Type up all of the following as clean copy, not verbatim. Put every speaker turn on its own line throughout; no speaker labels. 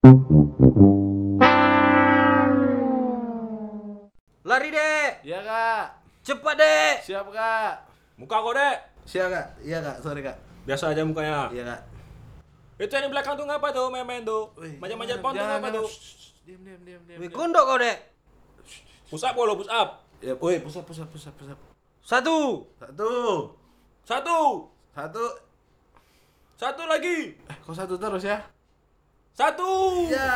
Lari dek,
Iya kak.
cepat dek.
Siap kak.
Muka kau dek.
Siap kak. Iya kak. Sorry kak.
Biasa aja mukanya.
Iya kak.
Itu yang di belakang tuh ngapa tuh main-main tuh? Manjat-manjat pohon tuh ngapa tuh?
Diam.
Wih, gondok kau dek.
Push up lo, push up.
Ya, woi, pusat.
Satu.
Satu.
Satu lagi.
Kok satu terus ya?
Satu.
Ya.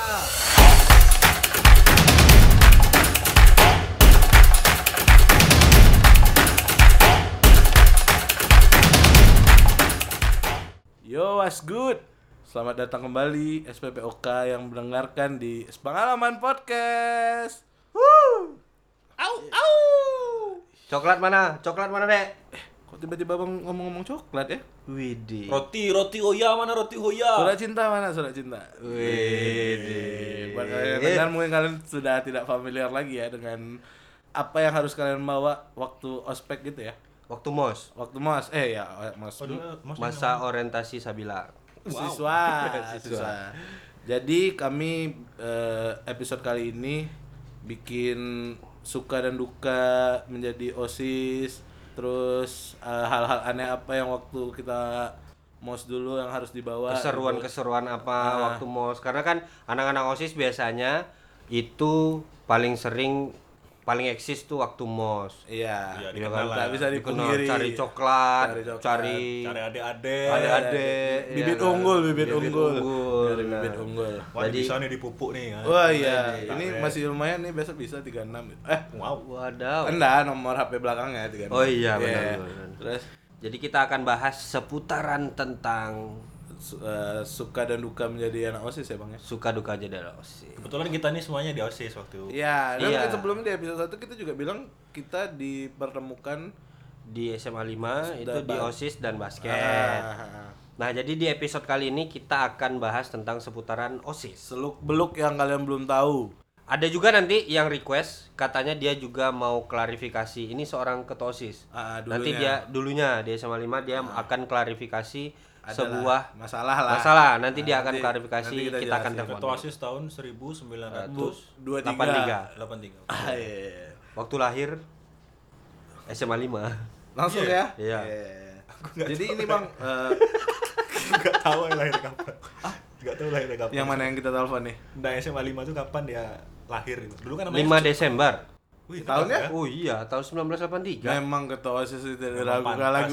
Yo, what's good? Selamat datang kembali SPPOK yang mendengarkan di Pengalaman Podcast. Woo!
Au.
Coklat mana dek?
Kok tiba-tiba bang ngomong-ngomong coklat ya?
Widih.
Roti Hoya mana roti Hoya?
Surat cinta mana surat cinta?
Widih.
Buat kalian yang dengar mungkin kalian sudah tidak familiar lagi ya dengan apa yang harus kalian bawa waktu ospek gitu ya.
Waktu mos.
Waktu mos,
Masa orientasi Sabila.
siswa. Jadi kami episode kali ini bikin suka dan duka menjadi OSIS, terus hal-hal aneh apa yang waktu kita mos dulu yang harus dibawa.
Keseruan apa waktu mos? Karena kan anak-anak OSIS biasanya itu paling eksis tuh waktu mos.
Iya,
Iya,
kan
dikenal
tak
lah.
bisa
Dikenal
dipungkiri.
cari coklat, cari
Cari adik-adik.
adik-adik,
Bibit
ya kan?
unggul, bibit unggul.
Dari
Nah. Bibit unggul.
Wah,
Jadi-
bisa nih dipupuk nih. Kan?
Wah iya,
Adik.
ini masih lumayan nih, besok bisa 36.
Wow.
Wadaw.
Enggak, nomor HP belakangnya 36.
Oh iya,
Iya.
benar.
Terus
Jadi kita akan bahas seputaran tentang
suka dan duka menjadi anak OSIS ya Bang ya?
suka duka jadi OSIS.
Kebetulan kita nih semuanya di OSIS waktu.
Iya, dan
Iya.
kan sebelumnya di episode 1 kita juga bilang kita dipertemukan
Di SMA 5 itu di
Bang.
OSIS dan basket.
ah,
Nah, jadi di episode kali ini kita akan bahas tentang seputaran OSIS.
seluk-beluk yang kalian belum tahu.
Ada juga nanti yang request katanya dia juga mau klarifikasi. Ini seorang ketua OSIS. Nanti dulunya di SMA 5 dia akan klarifikasi sebuah
masalah lah.
masalah. Nanti dia akan
nanti-
klarifikasi,
nanti
kita akan
jelasin.
telepon.
Ketua OSIS tahun 1983.
23. Ah, iya.
Waktu lahir SMA 5.
Langsung
Iya.
ya?
Iya.
Jadi ini Bang,
Enggak tahu yang lahir kapan. Enggak tahu lahir kapan.
yang mana yang kita telepon nih?
Nah, SMA 5 tuh kapan dia lahir gitu. Dulu kan namanya
5 Desember.
Wih,
tahunnya?
ya?
Oh iya, tahun 1983.
Memang ketua OSIS itu
Memang
diragukan lagu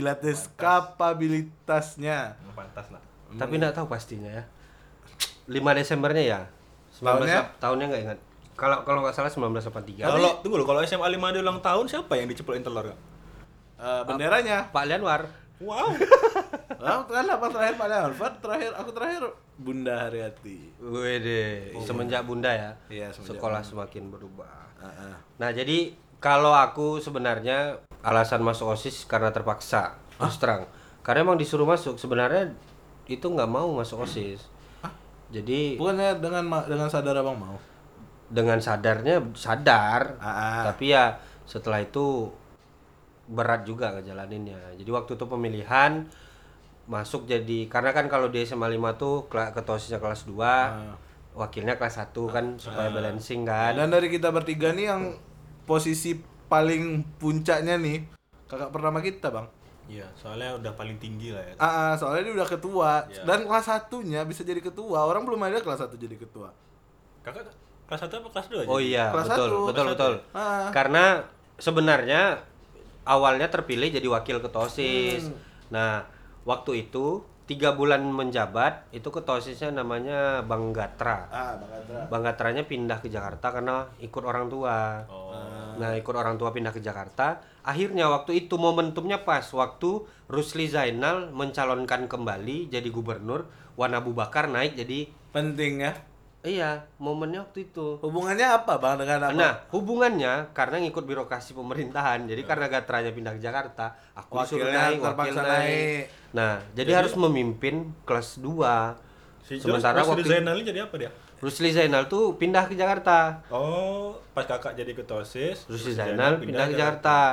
kapabilitasnya.
Pantas lah.
Tapi enggak tahu pastinya ya. 5 Desembernya ya. 19
Tahunnya?
tahunnya enggak ingat. Kalau enggak salah 1983.
Kalau tunggu dulu, kalau SMA 5 dia ulang tahun siapa yang diceplokin telur? Kak?
Benderanya.
Pak Lianwar.
Wow.
Kan apa terakhir Pak Alfred, aku terakhir Bunda Haryati.
Wede, semenjak Bunda ya.
Iya, semenjak
Sekolah semakin berubah.
Heeh.
Nah, jadi kalau aku sebenarnya alasan masuk OSIS karena terpaksa, terus terang. Karena emang disuruh masuk, sebenarnya itu nggak mau masuk OSIS. Jadi
Bukannya dengan sadar Abang mau?
dengan sadarnya sadar,
Ah.
tapi ya setelah itu berat juga ngejalaninnya. Jadi waktu itu pemilihan masuk jadi, karena kan kalau di SMA 5 tuh ketua OSISnya kelas 2, wakilnya kelas 1 kan supaya balancing kan.
Dan dari kita bertiga nih yang posisi paling puncaknya nih kakak pertama kita Bang.
Iya, soalnya udah paling tinggi lah ya.
Soalnya dia udah ketua.
Iya.
Dan kelas 1-nya bisa jadi ketua. Orang belum ada kelas 1 jadi ketua.
Kakak kelas 1 apa kelas 2 aja?
Oh iya,
Kelas
betul,
1.
betul.
Ah.
Karena sebenarnya awalnya terpilih jadi wakil ketua OSIS. Nah, waktu itu 3 bulan menjabat, itu ketua OSISnya namanya Bang Gatra.
Bang Adra.
Bang Gatranya pindah ke Jakarta karena ikut orang tua.
Oh.
Nah, ikut orang tua pindah ke Jakarta. Akhirnya waktu itu momentumnya pas waktu Rusli Zainal mencalonkan kembali jadi gubernur, Wan Abu Bakar naik jadi.
Penting ya.
Iya, momennya waktu itu.
Hubungannya apa Bang dengan apa?
Nah, hubungannya karena ngikut birokrasi pemerintahan. Jadi karena Gatranya pindah ke Jakarta, aku disuruh
Wakilnya
naik, wakil
terpaksa
naik.
naik.
Nah, jadi harus memimpin kelas 2. Sementara
waktu
waktu
Zainal ini jadi apa dia?
Rusli Zainal tuh pindah ke Jakarta.
Oh, pas kakak jadi ketua OSIS,
Rusli Zainal pindah ke Jakarta.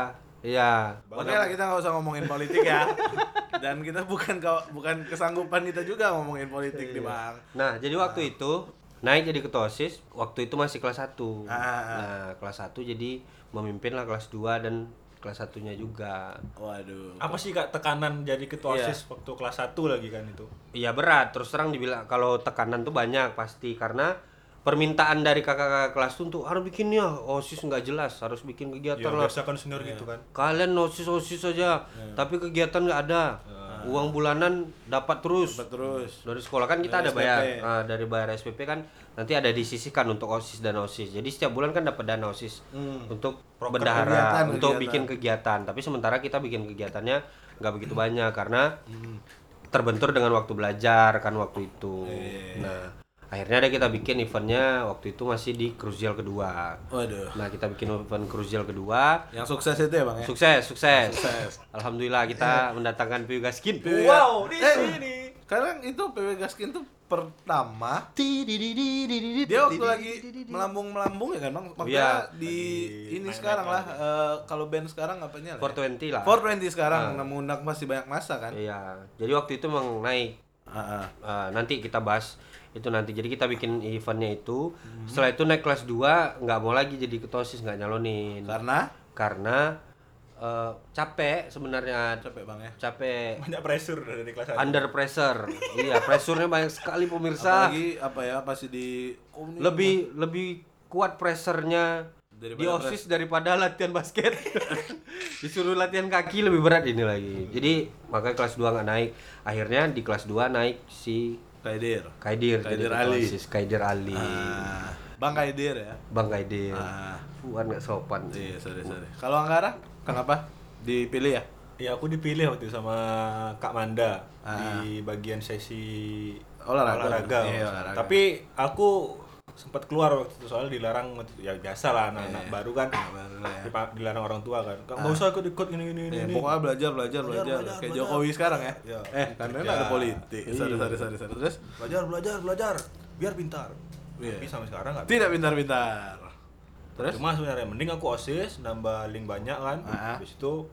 Iya.
Oke lah, kita nggak usah ngomongin politik ya. Dan kita bukan kesanggupan kita juga ngomongin politik nih Bang.
Nah, jadi waktu itu naik jadi ketua OSIS, waktu itu masih kelas 1.
Ah.
Nah, kelas 1 jadi memimpin lah kelas 2 dan kelas 1-nya juga.
Waduh.
Apa sih Kak tekanan jadi ketua
Iya.
OSIS waktu kelas 1 lagi kan itu?
Iya berat, terus terang dibilang kalau tekanan tuh banyak pasti karena permintaan dari kakak-kakak kelas tuh untuk harus bikin ya OSIS nggak jelas, harus bikin
Ya
kegiatan lah.
biasa kan senior gitu kan.
Kalian OSIS saja, tapi kegiatan nggak ada. Uang bulanan dapat terus. Dari sekolah kan kita
Dari
ada bayar.
SPP.
Nah, dari bayar SPP kan nanti ada disisihkan untuk OSIS dan OSIS. Jadi setiap bulan kan dapat dana OSIS untuk bendahara, untuk bikin kegiatan. Tapi sementara kita bikin kegiatannya nggak begitu banyak karena terbentur dengan waktu belajar kan waktu itu. Nah, akhirnya ada kita bikin eventnya waktu itu masih di Crucial kedua.
Waduh.
Nah, kita bikin event Crucial kedua.
Yang sukses itu ya Bang ya?
Sukses. Alhamdulillah kita mendatangkan Piu Gaskin.
Wow, di sini.
Sekarang itu PW Gaskin tuh pertama dia waktu lagi melambung ya kan Bang? Maksudnya
Iya.
di ini sekarang lah kalau band sekarang apanya lah?
420 lah.
420 sekarang mengundang masih banyak masa kan?
Iya. Jadi waktu itu emang naik. Nanti kita bahas itu nanti. Jadi kita bikin eventnya itu. Setelah itu naik kelas 2 nggak mau lagi jadi ketua OSIS, nggak nyalonin. Karena capek sebenarnya.
Capek Bang ya.
Capek.
Banyak pressure dari kelas 1.
Under pressure. Iya, pressure-nya banyak sekali pemirsa.
Apalagi apa ya pasti di
Lebih kuat pressure-nya di OSIS daripada latihan basket. Disuruh latihan kaki lebih berat ini lagi. Jadi makanya kelas 2 nggak naik. Akhirnya di kelas 2 naik si Kaidir jadi ketua
Ali.
OSIS, Kaidir Ali.
Bang Kaidir ya.
Bang Kaidir. Puan nggak sopan.
Iya, sorry. Kalau Anggara kenapa dipilih ya?
Ya aku dipilih waktu itu sama Kak Manda di bagian sesi
Olahraga. Iya, olahraga.
Tapi aku sempat keluar waktu itu soalnya dilarang ya biasa lah anak-anak baru kan. Dilarang orang tua kan. Nggak usah ikut gini.
Pokoknya belajar. Kayak Jokowi sekarang ya. Karena ada politik. Sorry. Terus
Belajar biar pintar.
Iya.
Tapi sampai sekarang nggak.
tidak pintar-pintar. Terus
Cuma sebenarnya mending aku OSIS nambah link banyak kan. Habis itu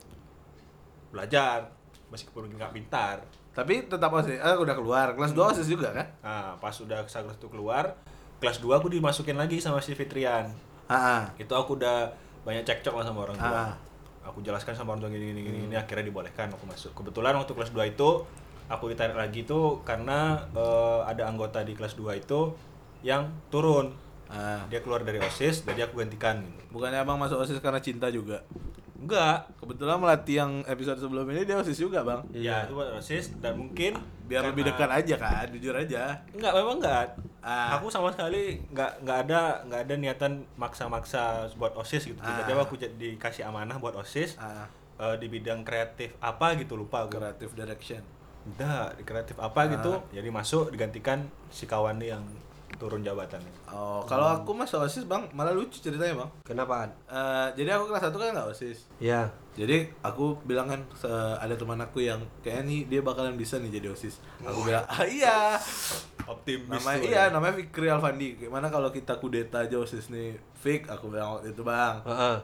belajar meskipun nggak pintar.
tapi tetap OSIS. Udah keluar. Kelas 2 OSIS juga kan?
Nah, pas udah kelas itu keluar, kelas 2 aku dimasukin lagi sama si Fitrian. Itu aku udah banyak cekcok lah sama orang tua. Aku jelaskan sama orang tua gini, akhirnya dibolehkan aku masuk. Kebetulan waktu kelas 2 itu aku ditarik lagi tuh karena ada anggota di kelas 2 itu yang turun. Dia keluar dari OSIS, jadi aku gantikan gitu.
Bukannya Abang masuk OSIS karena cinta juga?
Enggak.
Kebetulan melatih yang episode sebelum ini dia OSIS juga Bang.
Ya, itu buat OSIS dan mungkin
Biar lebih dekat aja kan, jujur aja.
Enggak, memang enggak. Aku sama sekali enggak ada niatan maksa-maksa buat OSIS gitu. Tiba-tiba aku dikasih amanah buat OSIS. Di bidang kreatif apa gitu lupa aku.
Creative direction.
Udah, di kreatif apa gitu. Jadi masuk digantikan si kawan nih yang turun jabatannya.
Oh, kalau aku masuk OSIS Bang, malah lucu ceritanya Bang.
Kenapaan?
Jadi aku kelas 1 kan nggak OSIS.
Ya.
Jadi aku bilang kan ada teman aku yang kayaknya nih dia bakalan bisa nih jadi OSIS. Aku bilang, iya.
Optimis
Namanya Fikri Alfandi. Gimana kalau kita kudeta aja OSIS nih? Fik, aku bilang waktu itu Bang.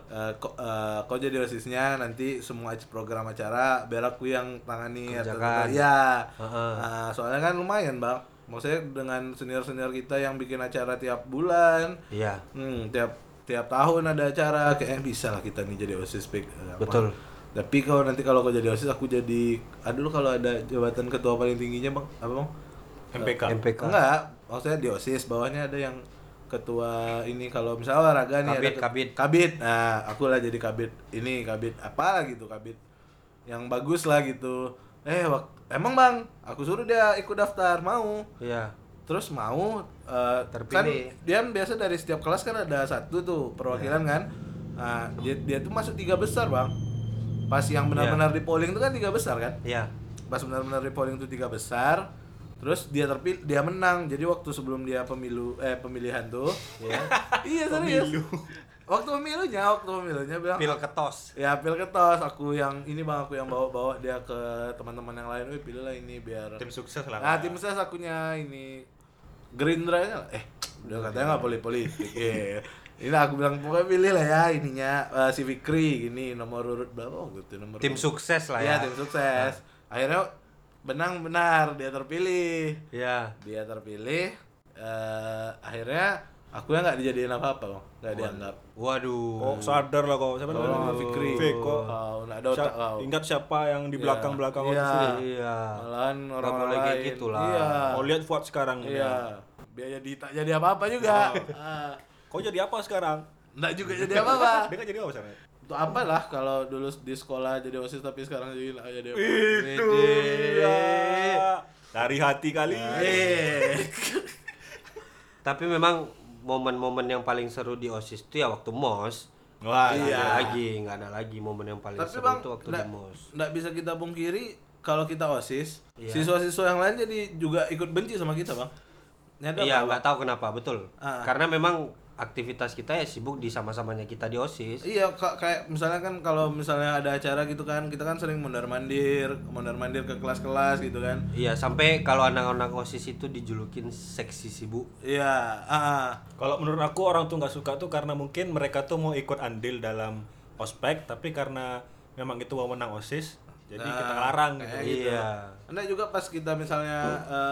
Kau jadi OSISnya nanti semua program acara biar aku yang tangani.
Kerjakan.
Iya. Soalnya kan lumayan Bang. Maksudnya dengan senior-senior kita yang bikin acara tiap bulan.
Iya.
Tiap tahun ada acara, kayaknya bisa lah kita nih jadi OSIS Pik.
Betul.
Tapi kalau kau jadi OSIS aku jadi aduh kalau ada jabatan ketua paling tingginya Bang, apa Bang?
MPK.
Enggak, maksudnya di OSIS bawahnya ada yang ketua ini kalau misalnya olahraga nih kabit. Nah, aku lah jadi kabit ini, kabit apa gitu, kabit yang bagus lah gitu. Emang Bang, aku suruh dia ikut daftar, mau.
Iya.
Terus mau
terpilih.
kan dia biasa dari setiap kelas kan ada satu tuh perwakilan kan. Nah, dia tuh masuk 3 besar Bang. Pas yang benar-benar di polling tuh kan 3 besar kan?
Iya.
Pas benar-benar di polling tuh 3 besar. Terus dia dia menang. Jadi waktu sebelum dia pemilihan tuh, iya serius. Waktu pemilunya bilang
Pil ketos.
Ya pil ketos, aku yang bawa dia ke teman-teman yang lain, pilihlah ini biar
tim sukses lah.
Nah, tim sukses akunya ini Gerindra-nya. Udah katanya enggak politik. Ini aku bilang pokoknya pilih lah ya ininya si Fikri gini nomor urut berapa gitu nomor
Tim
urut.
sukses lah
Iya,
ya.
tim sukses. Akhirnya benar dia terpilih.
Iya.
Dia terpilih akhirnya aku yang nggak dijadiin apa-apa bang, nggak dianggap.
Waduh.
Oh, sadar lah kau. Siapa namanya?
Fikri.
Fik kok.
Nggak ada otak kau.
Ingat siapa yang di belakang-belakang
Iya.
waktu
Iya.
Malahan
Nggak
orang-orang
boleh kayak
lain.
gitu lah.
Iya.
Oh, lihat Fuad sekarang.
Iya. Biaya tak jadi apa-apa juga.
Kau jadi apa sekarang?
Nggak juga jadi apa-apa.
Dia kan jadi apa sekarang?
Untuk apa lah kalau dulu di sekolah jadi OSIS tapi sekarang jadi nggak jadi apa.
Itu ya. Dari hati kali.
Tapi memang momen-momen yang paling seru di OSIS itu ya waktu MOS.
Wah,
Iya.
Nggak ada lagi momen yang paling
Tapi
seru
bang,
itu waktu di MOS.
nggak bisa kita pungkiri kalau kita OSIS,
Iya.
siswa-siswa yang lain jadi juga ikut benci sama kita bang. Nyadar
Iya,
nggak,
nggak tahu kenapa, betul.
Ah.
Karena memang aktivitas kita ya sibuk di sama-samanya kita di OSIS.
Iya, kayak misalnya kan kalau misalnya ada acara gitu kan, kita kan sering mondar-mandir ke kelas-kelas gitu kan.
Iya, sampai kalau anak-anak OSIS itu dijulukin seksi sibuk.
Iya,
Kalau menurut aku orang tuh nggak suka tuh karena mungkin mereka tuh mau ikut andil dalam ospek, tapi karena memang itu wewenang OSIS, jadi kita larang gitu.
kayak gitu.
Iya.
Karena juga pas kita misalnya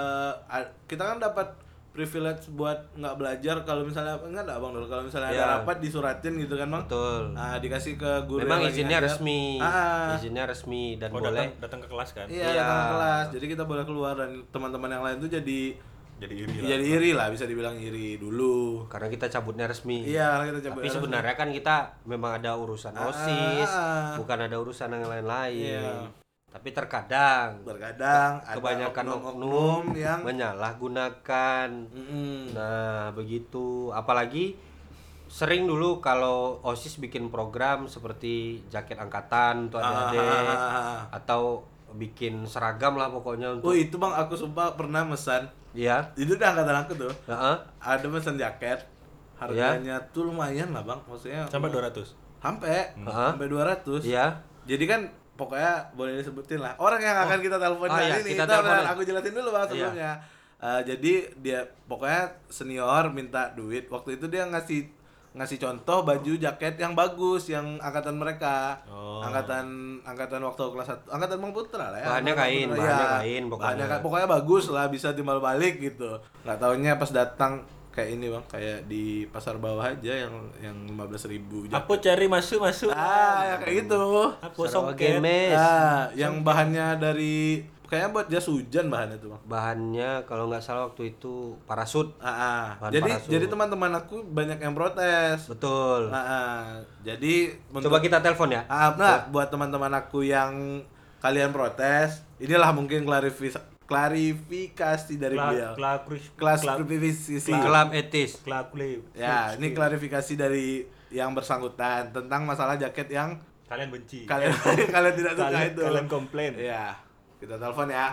kita kan dapat privilege buat nggak belajar kalau misalnya enggak bang dulu kalau misalnya
Iya.
ada rapat disuratin gitu kan bang.
Betul.
Nah, dikasih ke guru
Memang
yang lagi
izinnya
ngajar.
resmi.
Ah.
Izinnya resmi dan
Kau
boleh.
datang ke kelas kan?
Iya,
Iya.
datang ke kelas. Jadi kita boleh keluar dan teman-teman yang lain tuh jadi
Jadi iri lah.
jadi iri lah, bisa dibilang iri dulu.
Karena kita cabutnya resmi.
Iya, kita coba.
Tapi sebenarnya kan kita memang ada urusan OSIS,
Ah.
bukan ada urusan yang lain-lain.
Iya.
Tapi terkadang
Terkadang ada
kebanyakan
oknum-oknum
oknum
yang
menyalahgunakan.
Mm-mm.
Nah, begitu. Apalagi sering dulu kalau OSIS bikin program seperti jaket angkatan untuk adik-adik atau bikin seragam lah pokoknya
Oh
untuk
itu bang, aku sumpah pernah mesan.
iya.
Itu udah angkatan aku tuh.
Heeh.
Ada mesan jaket. Harganya tuh lumayan lah bang. Maksudnya
Sampai 200.
sampai 200.
Iya.
Jadi kan pokoknya boleh disebutin lah orang yang akan kita telepon
Oh,
kali
iya,
ini.
kita
Ntar
teleponin.
aku jelasin dulu bang sebelumnya. Jadi dia pokoknya senior minta duit. Waktu itu dia ngasih contoh baju jaket yang bagus yang angkatan mereka.
Oh.
Angkatan waktu kelas 1. Angkatan Bang Putra lah ya.
Bahannya
Angkatan
kain,
Putra,
bahannya
ya.
kain pokoknya.
Bahannya pokoknya bagus lah, bisa timbal balik gitu. Nggak taunya pas datang kayak ini bang, kayak di pasar bawah aja yang 15.000.
Apa cari masuk?
Ya kayak gitu.
Apa
Songket.
songket?
Yang bahannya dari kayaknya buat jas hujan bahannya tuh bang.
Bahannya kalau nggak salah waktu itu parasut. Bahan
Jadi
parasut.
jadi teman-teman aku banyak yang protes.
Betul.
Jadi
Coba kita telepon ya.
buat teman-teman aku yang kalian protes, inilah mungkin klarifikasi dari beliau. Klarifikasi.
Klub etis.
Ya, ini klarifikasi dari yang bersangkutan tentang masalah jaket yang
Kalian benci.
kalian kalian tidak suka itu.
Kalian komplain.
Iya. Kita telepon ya.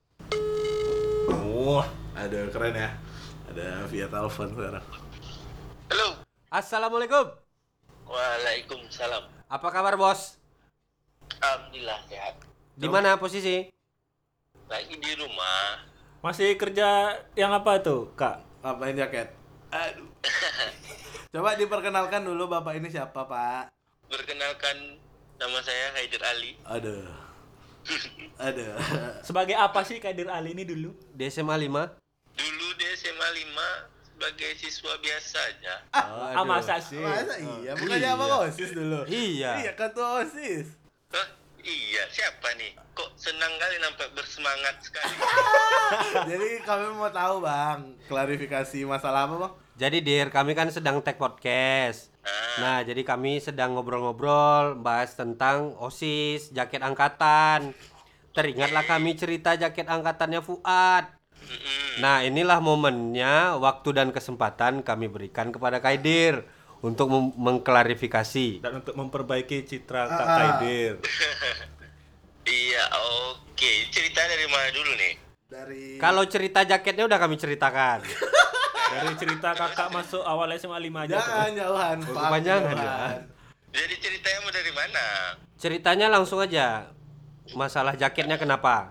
Oh,
Aduh, keren ya. Ada via telepon sekarang.
Halo.
Assalamualaikum.
Waalaikumsalam.
Apa kabar bos?
Alhamdulillah sehat.
Di mana posisi?
Lagi di rumah.
masih kerja yang apa tuh, Kak?
Ngapain jaket? Aduh. Coba diperkenalkan dulu Bapak ini siapa, Pak?
Perkenalkan, nama saya Haidir Ali.
Aduh. Aduh.
Sebagai apa sih Kadir Ali ini dulu?
Di SMA 5.
Dulu di SMA 5 sebagai siswa biasa aja.
Masa sih?
Masa iya? Bukannya apa OSIS dulu?
Iya.
Iya, ketua OSIS.
Hah? Iya, siapa nih? Kok senang kali nampak bersemangat sekali.
Jadi kami mau tahu, Bang, klarifikasi masalah apa, Bang?
Jadi Dir, kami kan sedang tag podcast. Nah, jadi kami sedang ngobrol-ngobrol bahas tentang OSIS, jaket angkatan. Teringatlah kami cerita jaket angkatannya Fuad. Nah, inilah momennya, waktu dan kesempatan kami berikan kepada Kaidir untuk mengklarifikasi.
Dan untuk memperbaiki citra Kak Kaidir.
Iya, oke. Cerita dari mana dulu nih?
Dari
Kalau cerita jaketnya udah kami ceritakan.
Dari cerita kakak masuk awal SMA 5 aja tuh.
jangan jauhan,
Oh,
Pak.
kepanjangan ya.
Jauhan.
Jadi ceritanya mau dari mana?
Ceritanya langsung aja. Masalah jaketnya kenapa?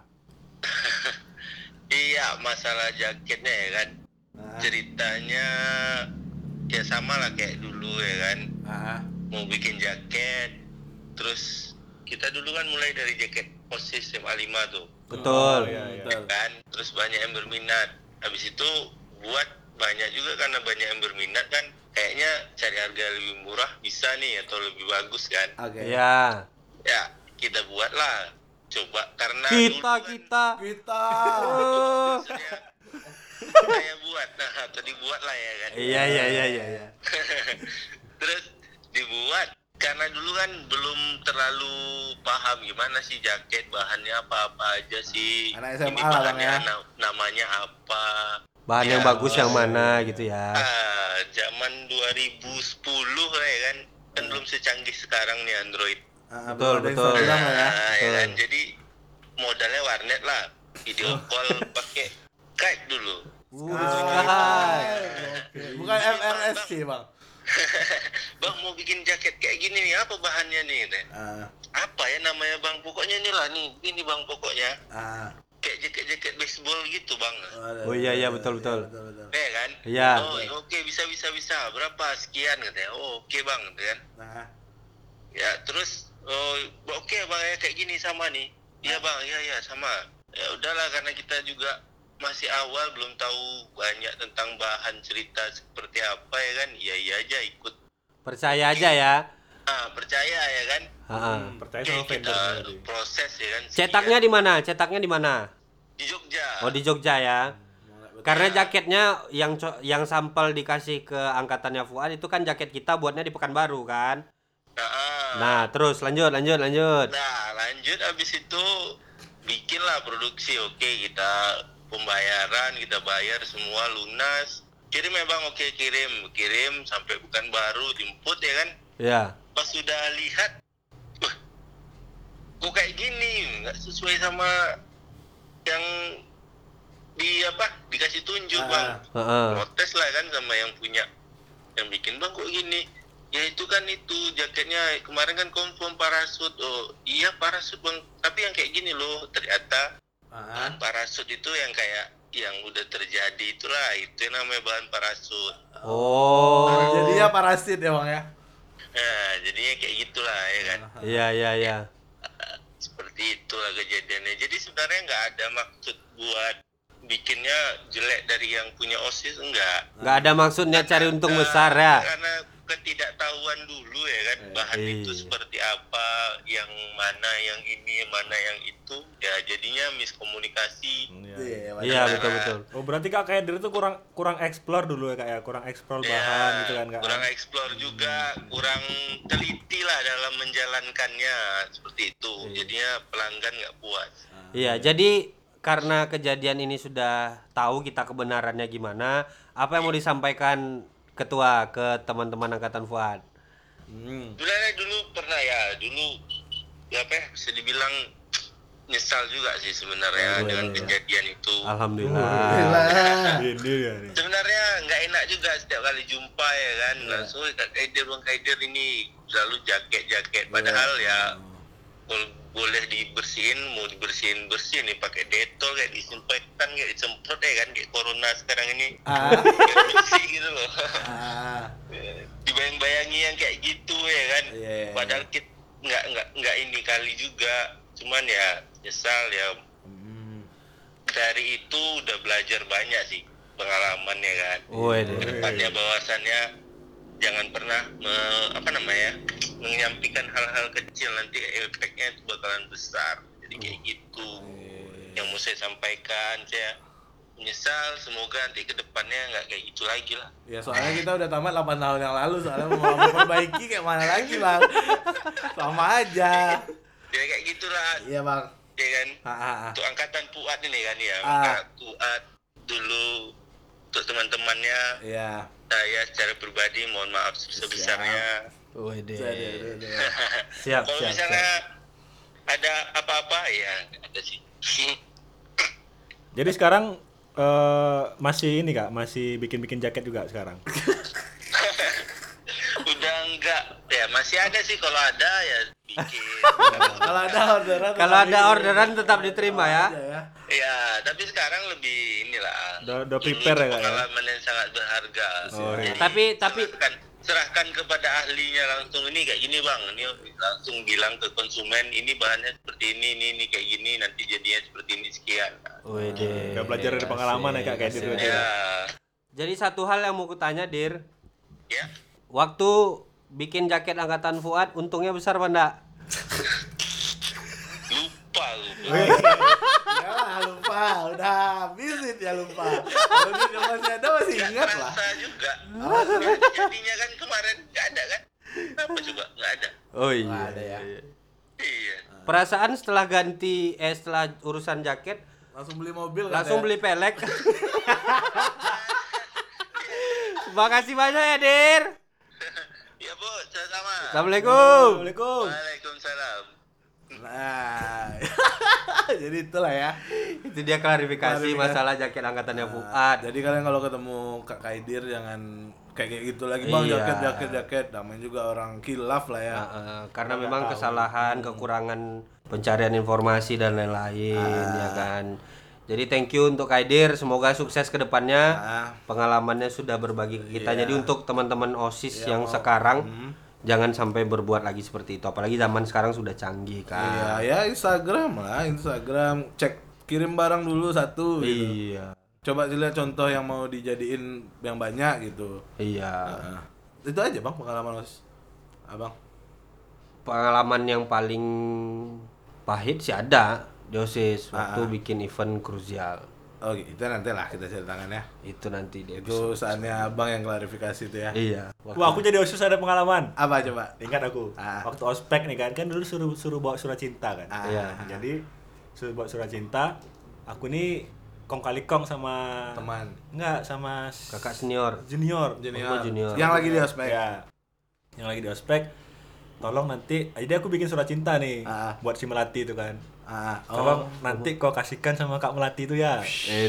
Iya, masalah jaketnya ya kan. Ceritanya ya sama lah kayak dulu ya kan. Mau bikin jaket, terus kita dulu kan mulai dari jaket OSIS SMA 5 tuh.
Betul.
Kan, terus banyak yang berminat. Habis itu buat banyak juga karena banyak yang berminat kan. Kayaknya cari harga lebih murah bisa nih atau lebih bagus kan.
Iya.
Ya, kita buatlah. Coba karena
Kita.
maksudnya saya buat atau dibuat lah ya kan.
Iya.
Terus dibuat karena dulu kan belum terlalu paham gimana sih jaket, bahannya apa aja sih.
Anak SMA
ini
lah, Bang,
bahannya
ya.
namanya apa.
Bahan yang bagus yang mana gitu ya.
Zaman 2010 lah ya kan. Kan belum secanggih sekarang nih Android.
Betul.
Ya.
Ya kan. Jadi modalnya warnet lah. Video call pakai Skype dulu.
Bukan MRS sih, Bang.
Bang mau bikin jaket kayak gini nih, apa bahannya nih? Apa ya namanya Bang? Pokoknya inilah nih, ini Bang pokoknya. Kayak jaket baseball gitu Bang.
Oh iya betul.
Ya kan?
Iya.
Oh oke, bisa. Berapa? Sekian katanya. Oh oke Bang, gitu kan. Ya terus oke Bang ya kayak gini sama nih. Iya Bang, iya sama. Ya udahlah karena kita juga masih awal belum tahu banyak tentang bahan cerita seperti apa ya kan. Iya aja ikut.
Percaya aja ya.
Percaya ya kan.
Percaya sama
Kita
vendornya tadi.
proses ya kan.
Cetaknya di mana?
Di Jogja.
Oh di Jogja ya. Karena jaketnya yang sampel dikasih ke angkatannya Fuad itu kan jaket kita buatnya di Pekanbaru kan. Nah terus lanjut.
Nah lanjut abis itu bikinlah produksi. Oke kita pembayaran, kita bayar semua lunas. Kirim ya Bang, oke kirim sampai Pekanbaru jemput ya kan.
Iya.
Pas sudah lihat, kok kayak gini, nggak sesuai sama yang dikasih tunjuk Bang. Protes lah kan sama yang punya, yang bikin Bang kok gini. Ya itu kan jaketnya kemarin kan confirm parasut. Oh iya parasut Bang, tapi yang kayak gini loh ternyata parasut itu yang kayak yang udah terjadi itulah, itu yang namanya bahan parasut.
Jadinya parasit ya Bang ya.
Nah jadinya kayak gitulah ya kan.
Iya.
Seperti itulah kejadiannya. Jadi sebenarnya nggak ada maksud buat bikinnya jelek dari yang punya OSIS, enggak.
Nggak ada maksudnya cari untung besar ya.
Karena ketidaktahuan dulu ya kan, bahan itu seperti apa, yang mana yang ini, mana yang itu, ya jadinya miskomunikasi.
Iya betul.
Oh berarti Kak Kaider itu kurang explore dulu ya Kak ya, kurang explore bahan gitu kan Kak.
Kurang explore juga, kurang teliti lah dalam menjalankannya seperti itu. Jadinya pelanggan nggak puas.
Iya jadi karena kejadian ini sudah tahu kita kebenarannya gimana, apa yang mau disampaikan Ketua ke teman-teman angkatan Fuad?
Dulu pernah ya, bisa dibilang nyesal juga sih sebenarnya dengan kejadian itu.
Alhamdulillah.
Sebenarnya nggak enak juga setiap kali jumpa ya kan, langsung Kak Kaider, Bang Kaider ini selalu jaket, padahal ya boleh dibersihin, mau dibersihin nih pakai detol, kayak disinfektan, kayak disemprot ya kan, kayak corona sekarang ini kayak bersih gitu loh. Dibayang-bayangi yang kayak gitu ya kan. Padahal kita nggak ini kali juga, cuman ya nyesal ya. Dari itu udah belajar banyak sih pengalaman ya kan. Kedepannya bahwasannya jangan pernah menyampaikan hal-hal kecil, nanti efeknya itu bakalan besar. Jadi kayak gitu yang mau saya sampaikan. Saya menyesal, semoga nanti kedepannya nggak kayak gitu lagi lah.
Ya soalnya kita udah tamat 8 tahun yang lalu, soalnya mau memperbaiki kayak mana lagi Bang. Sama aja
ya kayak gitulah.
Iya Bang
ya kan. Untuk angkatan Fuad ini kan ya, Fuad dulu, untuk teman-temannya.
Iya.
Saya secara pribadi mohon maaf sebesar-besarnya.
Siap.
Kalau misalnya ada apa-apa ya ada sih.
Jadi sekarang masih ini Kak, masih bikin jaket juga sekarang?
Udah enggak, ya masih ada sih kalau ada ya bikin.
Kalau ada orderan.
Kalau ada orderan tetap diterima ya.
Ya, tapi sekarang lebih inilah.
Udah prepare ya, Kak, ya?
Pengalaman yang sangat berharga.
Oh, iya.
Tapi
serahkan kepada ahlinya langsung, ini kayak gini bang, ini langsung bilang ke konsumen ini bahannya seperti ini kayak gini, nanti jadinya seperti ini sekian.
Wede.
Udah belajar dari pengalaman ya Kak kayak Dir.
Ya,
Jadi satu hal yang mau kutanya Dir,
ya.
waktu bikin jaket angkatan Fuad untungnya besar apa enggak?
Lupa.
Ya lupa, udah habis ya lupa. Kalau dia masih ada masih
Nggak
ingat lah.
terasa juga. Jadinya kan kemarin nggak ada kan? Kenapa juga nggak ada?
Oh iya.
Nggak ada ya.
Iya.
Perasaan setelah setelah urusan jaket
Langsung beli mobil kan.
langsung beli pelek. Makasih banyak ya Dir.
Ya bu, sama-sama.
Assalamualaikum.
Waalaikumsalam.
Nah, jadi itulah ya.
Itu dia klarifikasi masalah jaket angkatannya Fuad.
Jadi kalian kalau ketemu Kak Kaidir jangan kayak gitu lagi bang,
Iya.
jaket. Namanya juga orang kilaf lah ya.
Karena memang kesalahan, kekurangan pencarian informasi dan lain-lain ya kan. Jadi thank you untuk Kaidir, semoga sukses ke depannya. Pengalamannya sudah berbagi ke kita. Jadi untuk teman-teman OSIS yang sekarang jangan sampai berbuat lagi seperti itu. Apalagi zaman sekarang sudah canggih kan.
Iya, ya Instagram cek kirim barang dulu satu gitu.
Iya.
Coba lihat contoh yang mau dijadiin yang banyak gitu.
Iya.
Itu aja bang pengalaman OSIS. Abang.
Pengalaman yang paling pahit sih ada di OSIS waktu bikin event krusial.
Oh itu nanti lah kita ceritakan ya.
Itu nanti di
Itu
episode.
saatnya abang yang klarifikasi itu ya.
Iya.
Wah, aku jadi OSIS ada pengalaman.
Apa coba?
Ingat aku. Waktu ospek nih kan dulu suruh bawa surat cinta kan.
Iya.
Jadi suruh bawa surat cinta. Aku nih kong kali kong sama
Teman.
Enggak, sama
Kakak senior.
junior.
Junior.
Yang lagi di ospek.
Ya. Yang lagi di ospek. Tolong nanti, jadi aku bikin surat cinta nih buat si Melati itu kan. Tolong nanti kau kasihkan sama Kak Melati itu ya.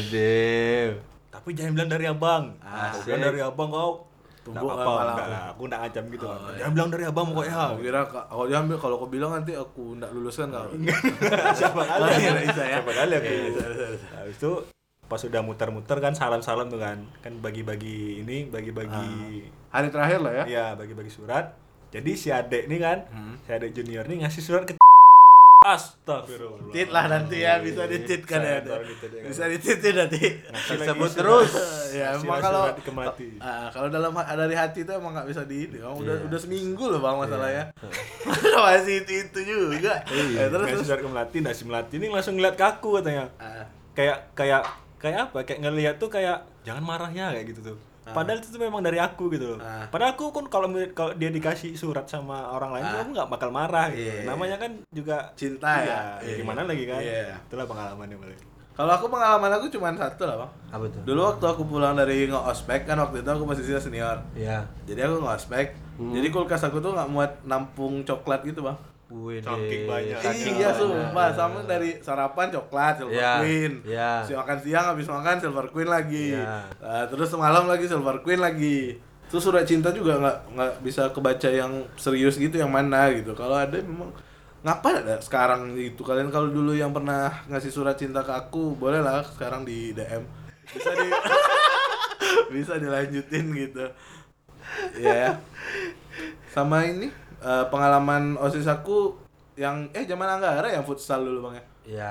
Ede.
Tapi jangan bilang dari abang. Kau bilang dari abang kau. Enggak
Tumbuk
apa-apa,
malah.
enggak lah. Aku enggak ngacam gitu. Jangan bilang dari abang pokoknya.
Aku kira kalau dia ambil kalau kau bilang nanti aku ndak luluskan kau.
Siapa kali
Oh, iya,
ya?
bisa ya.
Siapa kali aku. Habis itu pas udah muter-muter kan salam-salam tuh kan. Kan bagi-bagi ini, bagi-bagi
Hari terakhir lah ya.
iya, bagi-bagi surat. Jadi si adek nih kan, si adek junior nih ngasih surat ke Astagfirullah.
Tit lah nanti ya, bisa ditit kan ya. Bisa ditit nanti.
Sebut terus.
Ya
Ngasih
emang kalau
surat ke Melati.
kalau dari hati itu emang nggak bisa di ini. Udah seminggu loh bang masalahnya. Masih itu juga. Terus
Ngasih surat ke Melati, nah si Melati ini langsung ngeliat ke aku katanya. Kayak apa? Kayak ngeliat tuh kayak jangan marah ya kayak gitu tuh. Padahal itu tuh memang dari aku gitu loh. Padahal aku kan kalau dia dikasih surat sama orang lain tuh aku nggak bakal marah gitu. Namanya kan juga
cinta
ya.
ya.
Gimana lagi kan?
Iya.
Itulah pengalamannya paling.
Kalau aku pengalaman aku cuma satu lah bang.
Apa tuh?
Dulu waktu aku pulang dari nge-ospek kan waktu itu aku posisinya senior.
Iya.
Jadi aku nge-ospek. Jadi kulkas aku tuh nggak muat nampung coklat gitu bang.
Wede.
Saking banyak.
Iya sumpah, sama dari sarapan coklat Silver
Iya,
Queen.
iya.
Makan siang habis makan Silver Queen lagi.
Iya.
Terus malam lagi Silver Queen lagi. Terus surat cinta juga nggak bisa kebaca yang serius gitu yang mana gitu. Kalau ada memang ngapa ada sekarang gitu. Kalian kalau dulu yang pernah ngasih surat cinta ke aku, boleh lah sekarang di DM. Bisa bisa dilanjutin gitu. Ya. Sama ini pengalaman OSIS aku yang zaman Anggara yang futsal dulu bang ya.
Iya.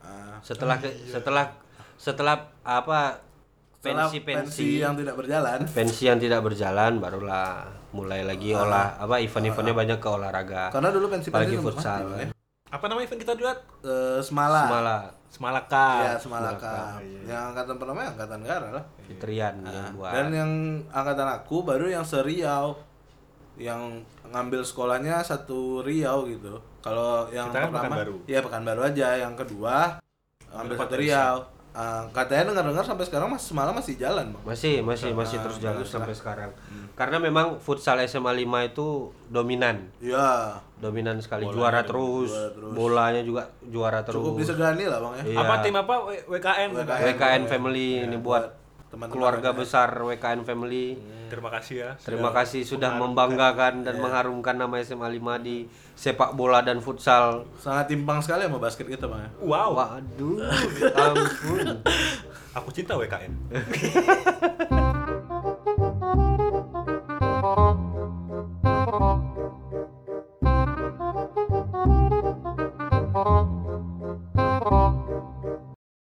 Setelah apa
pensi yang tidak berjalan.
Pensi yang tidak berjalan barulah mulai lagi event-eventnya banyak ke olahraga.
Karena dulu pensi
apalagi
sempat
futsal.
mati, Bang, ya.
Apa nama event kita dulu?
Semala.
Semala Cup.
Iya, Semala Cup. Yang angkatan pertama angkatan Anggara lah.
Fitrian yang buat.
Dan yang angkatan aku baru yang se-Riau. Yang ngambil sekolahnya satu Riau gitu. Kalau yang
Kita kan
pertama
Pekanbaru.
iya Pekanbaru aja, yang kedua ngambil satu Riau. Katanya dengar-dengar sampai sekarang semalam masih jalan, Bang.
Masih terus jalan sampai sekarang. Karena memang futsal SMA 5 itu dominan.
Iya.
Dominan sekali, juara terus. Bolanya juga juara terus.
Cukup disegani lah, Bang ya.
Iya.
Apa tim apa? WKN.
WKN Family ini buat keluarga besar WKN Family.
Terima kasih ya.
Terima kasih sudah membanggakan dan mengharumkan nama SMA 5 di sepak bola dan futsal.
Sangat timpang sekali sama basket kita, Bang.
Wow.
Waduh, ampun.
Aku cinta WKN.